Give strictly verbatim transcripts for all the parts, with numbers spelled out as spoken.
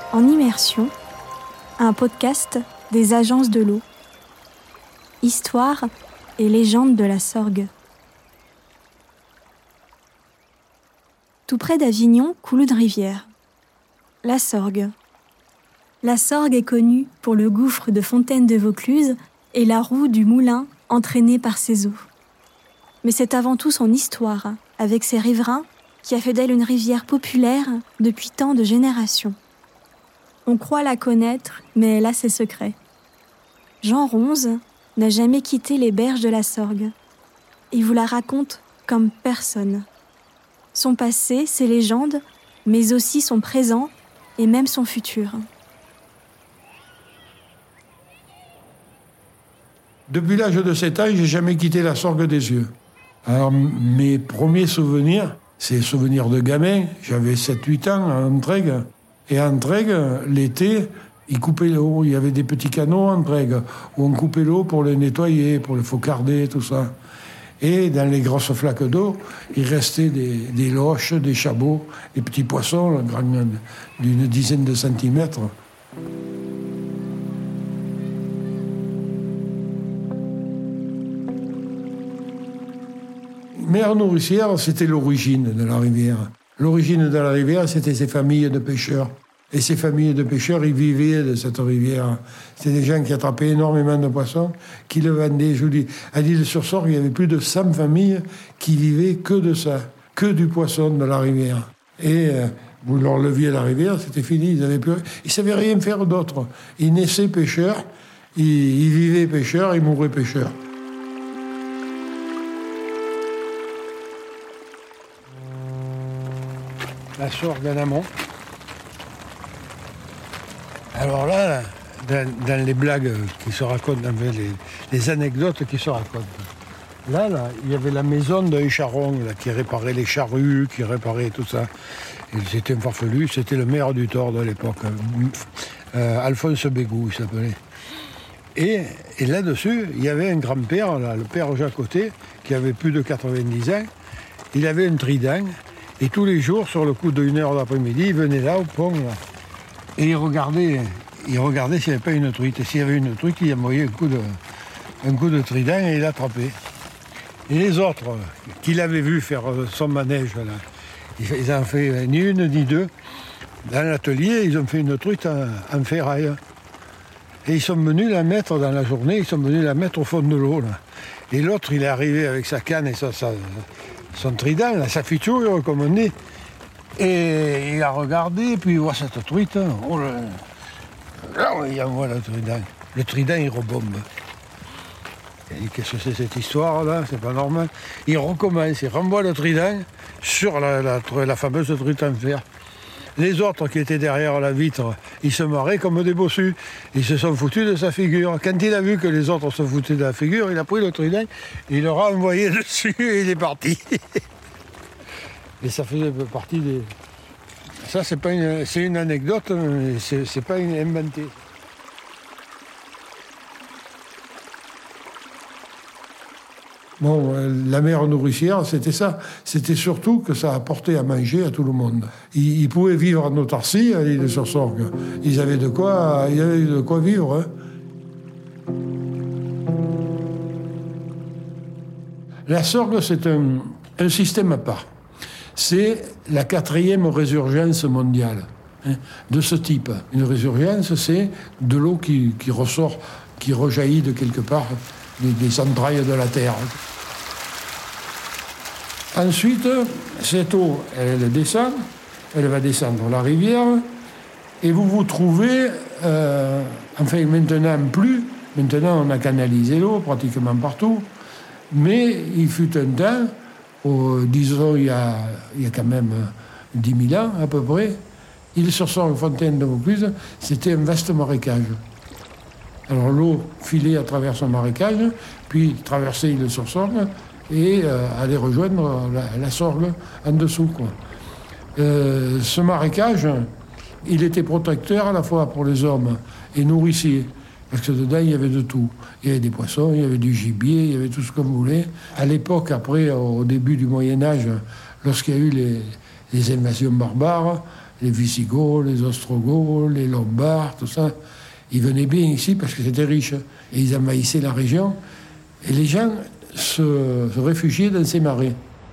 En immersion, un podcast des agences de l'eau. Histoire et légende de la Sorgue. Tout près d'Avignon coule une rivière, la Sorgue. La Sorgue est connue pour le gouffre de Fontaine de Vaucluse et la roue du moulin entraînée par ses eaux. Mais c'est avant tout son histoire, avec ses riverains, qui a fait d'elle une rivière populaire depuis tant de générations. On croit la connaître, mais elle a ses secrets. Jean Ronze n'a jamais quitté les berges de la Sorgue. Il vous la raconte comme personne. Son passé, ses légendes, mais aussi son présent et même son futur. Depuis l'âge de sept ans, j'ai jamais quitté la Sorgue des yeux. Alors, mes premiers souvenirs, c'est souvenirs de gamin. J'avais sept huit ans à Entraigues. Et à Entraigues, l'été, ils coupaient l'eau. Il y avait des petits canaux à Entraigues où on coupait l'eau pour les nettoyer, pour les faucarder, tout ça. Et dans les grosses flaques d'eau, il restait des, des loches, des chabots, des petits poissons, grands d'une dizaine de centimètres. Mère nourricière, c'était l'origine de la rivière. L'origine de la rivière, c'était ces familles de pêcheurs. Et ces familles de pêcheurs, ils vivaient de cette rivière. C'était des gens qui attrapaient énormément de poissons, qui le vendaient. Je vous dis, à l'Île-sur-Sorgue, il y avait plus de cent familles qui vivaient que de ça, que du poisson de la rivière. Et euh, vous leur leviez la rivière, c'était fini. Ils avaient plus... ils savaient rien faire d'autre. Ils naissaient pêcheurs, ils, ils vivaient pêcheurs, ils mouraient pêcheurs. La Sorgue en amont. Alors là, dans, dans les blagues qui se racontent, dans les, les anecdotes qui se racontent, là, là, il y avait la maison d'un charron là, qui réparait les charrues, qui réparait tout ça. Et c'était un farfelu, c'était le maire du Tord de l'époque, euh, Alphonse Bégou, il s'appelait. Et, et là-dessus, il y avait un grand-père, là, le père Jacotet, qui avait plus de quatre-vingt-dix ans. Il avait un trident. Et tous les jours, sur le coup d'une heure d'après-midi, il venait là, au pont, là, et il regardait, il regardait s'il n'y avait pas une truite. Et s'il y avait une truite, il envoyait un coup de, un coup de trident et il l'attrapait. Et les autres, qui l'avaient vu faire son manège, là, ils n'en ont fait ni une ni deux. Dans l'atelier, ils ont fait une truite en, en ferraille. Et ils sont venus la mettre dans la journée, ils sont venus la mettre au fond de l'eau, là. Et l'autre, il est arrivé avec sa canne et sa... sa son trident, là, sa fiture, comme on dit. Et il a regardé, puis il voit cette truite. Oh là, là, il envoie le trident. Le trident, il rebombe. Il dit, qu'est-ce que c'est cette histoire-là? C'est pas normal. Il recommence, il renvoie le trident sur la, la, la fameuse truite en fer. Les autres qui étaient derrière la vitre, ils se marraient comme des bossus. Ils se sont foutus de sa figure. Quand il a vu que les autres se foutaient de la figure, il a pris le trident, il leur a envoyé dessus et il est parti. Et ça faisait partie des... Ça, c'est pas une, c'est une anecdote, mais c'est, c'est pas une inventée. Bon, la mère nourricière, c'était ça. C'était surtout que ça apportait à manger à tout le monde. Ils, ils pouvaient vivre en autarcie à l'Île-sur-Sorgue. Ils avaient de quoi, ils avaient de quoi vivre. Hein. La Sorgue, c'est un, un système à part. C'est la quatrième résurgence mondiale, hein, de ce type. Une résurgence, c'est de l'eau qui, qui ressort, qui rejaillit de quelque part des, des entrailles de la terre. Ensuite, cette eau, elle descend, elle va descendre la rivière, et vous vous trouvez, euh, enfin maintenant plus, maintenant on a canalisé l'eau pratiquement partout, mais il fut un temps, au, disons il y, a, il y a quand même dix mille ans à peu près, Île-sur-Sorgue, Fontaine de Vaucluse, c'était un vaste marécage. Alors l'eau filait à travers son marécage, puis traversait Île-sur-Sorgue, et euh, aller rejoindre la, la Sorgue en dessous, quoi. Euh, ce marécage, il était protecteur à la fois pour les hommes et nourricier, parce que dedans, il y avait de tout. Il y avait des poissons, il y avait du gibier, il y avait tout ce qu'on voulait. À l'époque, après, au début du Moyen-Âge, lorsqu'il y a eu les, les invasions barbares, les Visigoths, les Ostrogoths, les Lombards, tout ça, ils venaient bien ici parce que c'était riche. Et ils envahissaient la région. Et les gens se, se réfugiaient dans ces marais.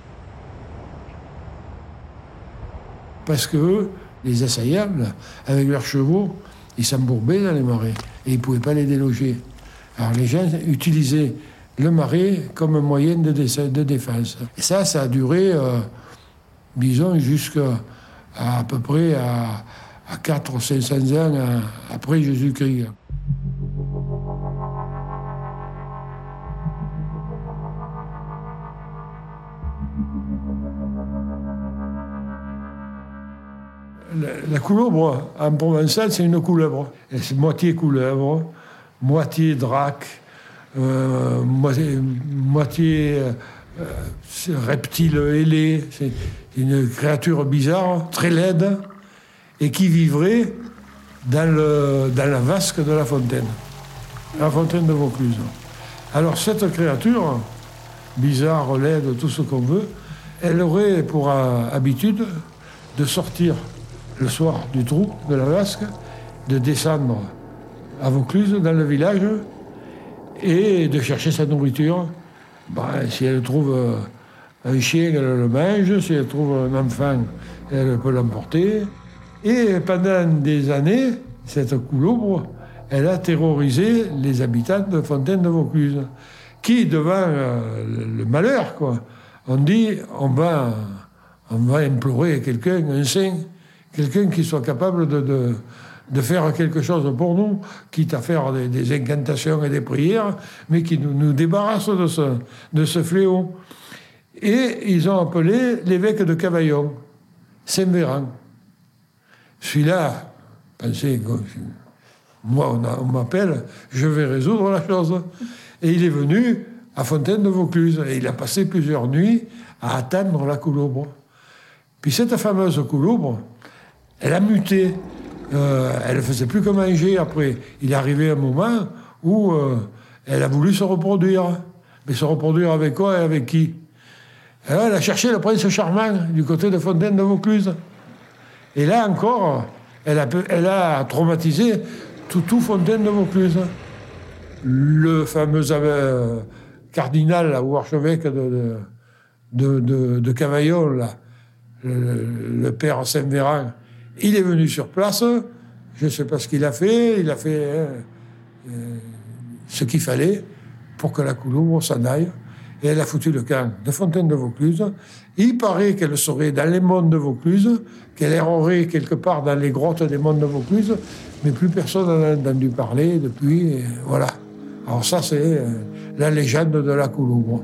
Parce que eux, les assaillants, avec leurs chevaux, ils s'embourbaient dans les marais. Et ils ne pouvaient pas les déloger. Alors les gens utilisaient le marais comme un moyen de, dé- de défense. Et ça, ça a duré, euh, disons, jusqu'à à, à peu près à, à quatre cents ou cinq cents ans à- après Jésus-Christ. La, la couleuvre, en provençal, c'est une couleuvre. Et c'est moitié couleuvre, moitié drac, euh, moitié, moitié euh, reptile ailé. C'est une créature bizarre, très laide, et qui vivrait dans, le, dans la vasque de la fontaine, la fontaine de Vaucluse. Alors cette créature, bizarre, laide, tout ce qu'on veut, elle aurait pour euh, habitude de sortir le soir du trou de la vasque, de descendre à Vaucluse, dans le village, et de chercher sa nourriture. Ben, si elle trouve un chien, elle le mange. Si elle trouve un enfant, elle peut l'emporter. Et pendant des années, cette couleuvre, elle a terrorisé les habitants de Fontaine de Vaucluse, qui, devant euh, le malheur, quoi, on dit, on va, on va implorer quelqu'un, un saint, quelqu'un qui soit capable de, de, de faire quelque chose pour nous, quitte à faire des, des incantations et des prières, mais qui nous, nous débarrasse de ce, de ce fléau. Et ils ont appelé l'évêque de Cavaillon, Saint-Véran. Celui-là, pensez, moi on, a, on m'appelle, je vais résoudre la chose. Et il est venu à Fontaine de Vaucluse, et il a passé plusieurs nuits à attendre la couleuvre. Puis cette fameuse couleuvre, elle a muté. Euh, elle ne faisait plus que manger après. Il est arrivé un moment où euh, elle a voulu se reproduire. Mais se reproduire avec quoi et avec qui? Alors, elle a cherché le prince charmant du côté de Fontaine de Vaucluse. Et là encore, elle a, elle a traumatisé tout, tout Fontaine de Vaucluse. Le fameux euh, cardinal là, ou archevêque de, de, de, de, de Cavaillon, là, le, le père Saint-Véran, il est venu sur place, je ne sais pas ce qu'il a fait, il a fait euh, euh, ce qu'il fallait pour que la couleuvre s'en aille. Et elle a foutu le camp de Fontaine de Vaucluse. Il paraît qu'elle serait dans les monts de Vaucluse, qu'elle errerait quelque part dans les grottes des monts de Vaucluse, mais plus personne n'en a entendu parler depuis. Et voilà. Alors ça, c'est euh, la légende de la couleuvre.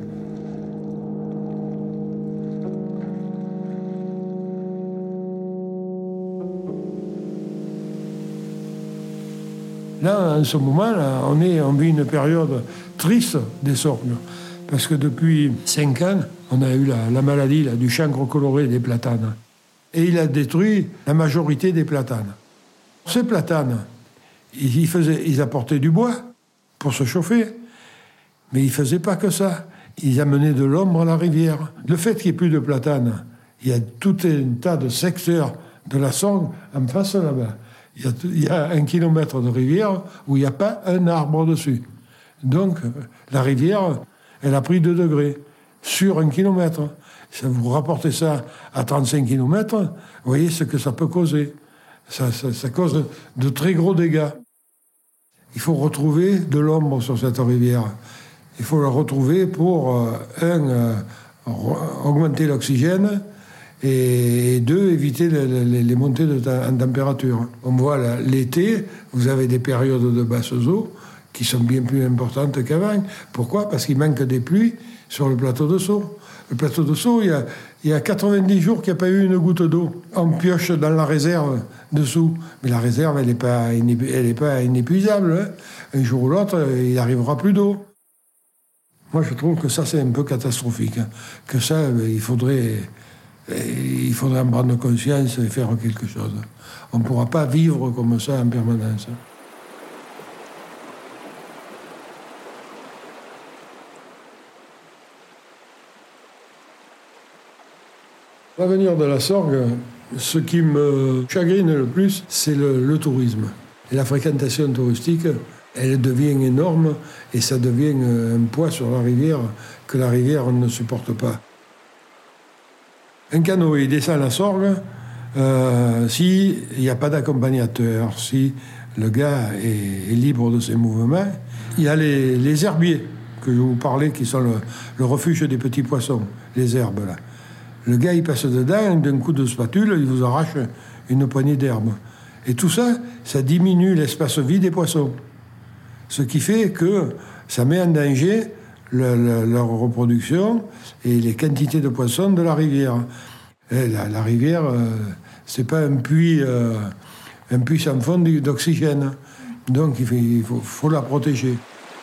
Là, en ce moment, là, on, est, on vit une période triste des sorgues. Parce que depuis cinq ans, on a eu la, la maladie là, du chancre coloré des platanes. Et il a détruit la majorité des platanes. Ces platanes, ils, faisaient, ils apportaient du bois pour se chauffer. Mais ils ne faisaient pas que ça. Ils amenaient de l'ombre à la rivière. Le fait qu'il n'y ait plus de platanes, il y a tout un tas de secteurs de la Sorgue en face là-bas. Il y, a, il y a un kilomètre de rivière où il n'y a pas un arbre dessus. Donc, la rivière, elle a pris deux degrés sur un kilomètre. Si vous rapportez ça à trente-cinq kilomètres, vous voyez ce que ça peut causer. Ça, ça, ça cause de très gros dégâts. Il faut retrouver de l'ombre sur cette rivière. Il faut la retrouver pour, euh, un, euh, augmenter l'oxygène, et deux, éviter les, les montées de ta, en température. On voit là, l'été, vous avez des périodes de basses eaux qui sont bien plus importantes qu'avant. Pourquoi? Parce qu'il manque des pluies sur le plateau de Sceaux. Le plateau de Sceaux, il y a, il y a quatre-vingt-dix jours qu'il n'y a pas eu une goutte d'eau. On pioche dans la réserve dessous. Mais la réserve, elle n'est pas, elle est pas inépuisable. Hein. Un jour ou l'autre, il n'arrivera plus d'eau. Moi, je trouve que ça, c'est un peu catastrophique. Hein. Que ça, il faudrait... Il faudrait en prendre conscience et faire quelque chose. On ne pourra pas vivre comme ça en permanence. L'avenir de la Sorgue, Ce qui me chagrine le plus, c'est le, le tourisme. Et la fréquentation touristique, elle devient énorme et ça devient un poids sur la rivière que la rivière ne supporte pas. Un canoë descend la Sorgue, euh, s'il n'y a pas d'accompagnateur, si le gars est, est libre de ses mouvements. Il y a les, les herbiers que je vous parlais, qui sont le, le refuge des petits poissons, les herbes là. Le gars, il passe dedans, d'un coup de spatule, il vous arrache une poignée d'herbes. Et tout ça, ça diminue l'espace vie des poissons. Ce qui fait que ça met en danger le, le, leur reproduction et les quantités de poissons de la rivière. Et la, la rivière, euh, c'est pas un puits, euh, un puits sans fond d'oxygène. Donc il faut, il faut, faut la protéger.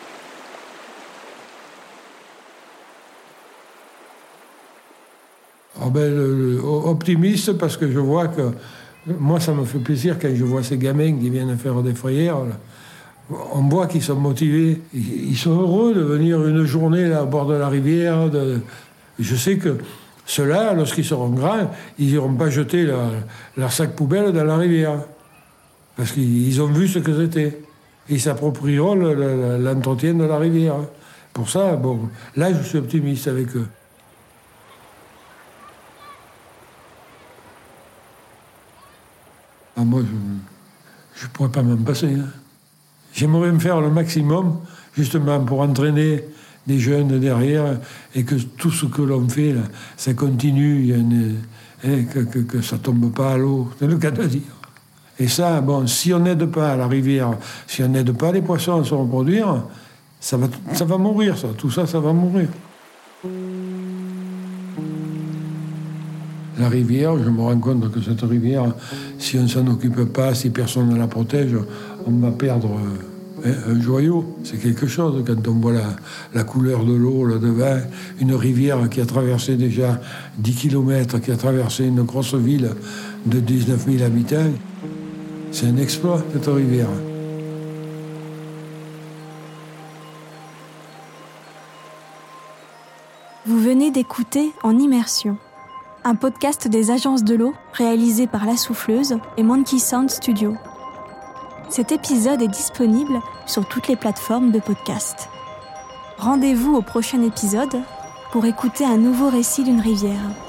Oh ben, le, le, optimiste parce que je vois que moi ça me fait plaisir quand je vois ces gamins qui viennent faire des frayères. Là. On voit qu'ils sont motivés, ils sont heureux de venir une journée là, à bord de la rivière. De... Je sais que ceux-là, lorsqu'ils seront grands, ils n'iront pas jeter leur, leur sac poubelle dans la rivière. Parce qu'ils ont vu ce que c'était. Ils s'approprieront le, le, l'entretien de la rivière. Pour ça, bon, là, je suis optimiste avec eux. Ah, moi, je ne pourrais pas m'en passer. Hein. J'aimerais me faire le maximum, justement, pour entraîner des jeunes derrière et que tout ce que l'on fait, là, ça continue, il y a une, hein, que, que, que ça ne tombe pas à l'eau. C'est le cas de dire. Et ça, bon, si on n'aide pas la rivière, si on n'aide pas les poissons à se reproduire, ça va, ça va mourir, ça. Tout ça, ça va mourir. La rivière, je me rends compte que cette rivière, si on ne s'en occupe pas, si personne ne la protège, on va perdre hein, un joyau. C'est quelque chose quand on voit la, la couleur de l'eau là devant, une rivière qui a traversé déjà dix kilomètres, qui a traversé une grosse ville de dix-neuf mille habitants. C'est un exploit, cette rivière. Vous venez d'écouter En Immersion, un podcast des agences de l'eau réalisé par La Souffleuse et Monkey Sound Studio. Cet épisode est disponible sur toutes les plateformes de podcast. Rendez-vous au prochain épisode pour écouter un nouveau récit d'une rivière.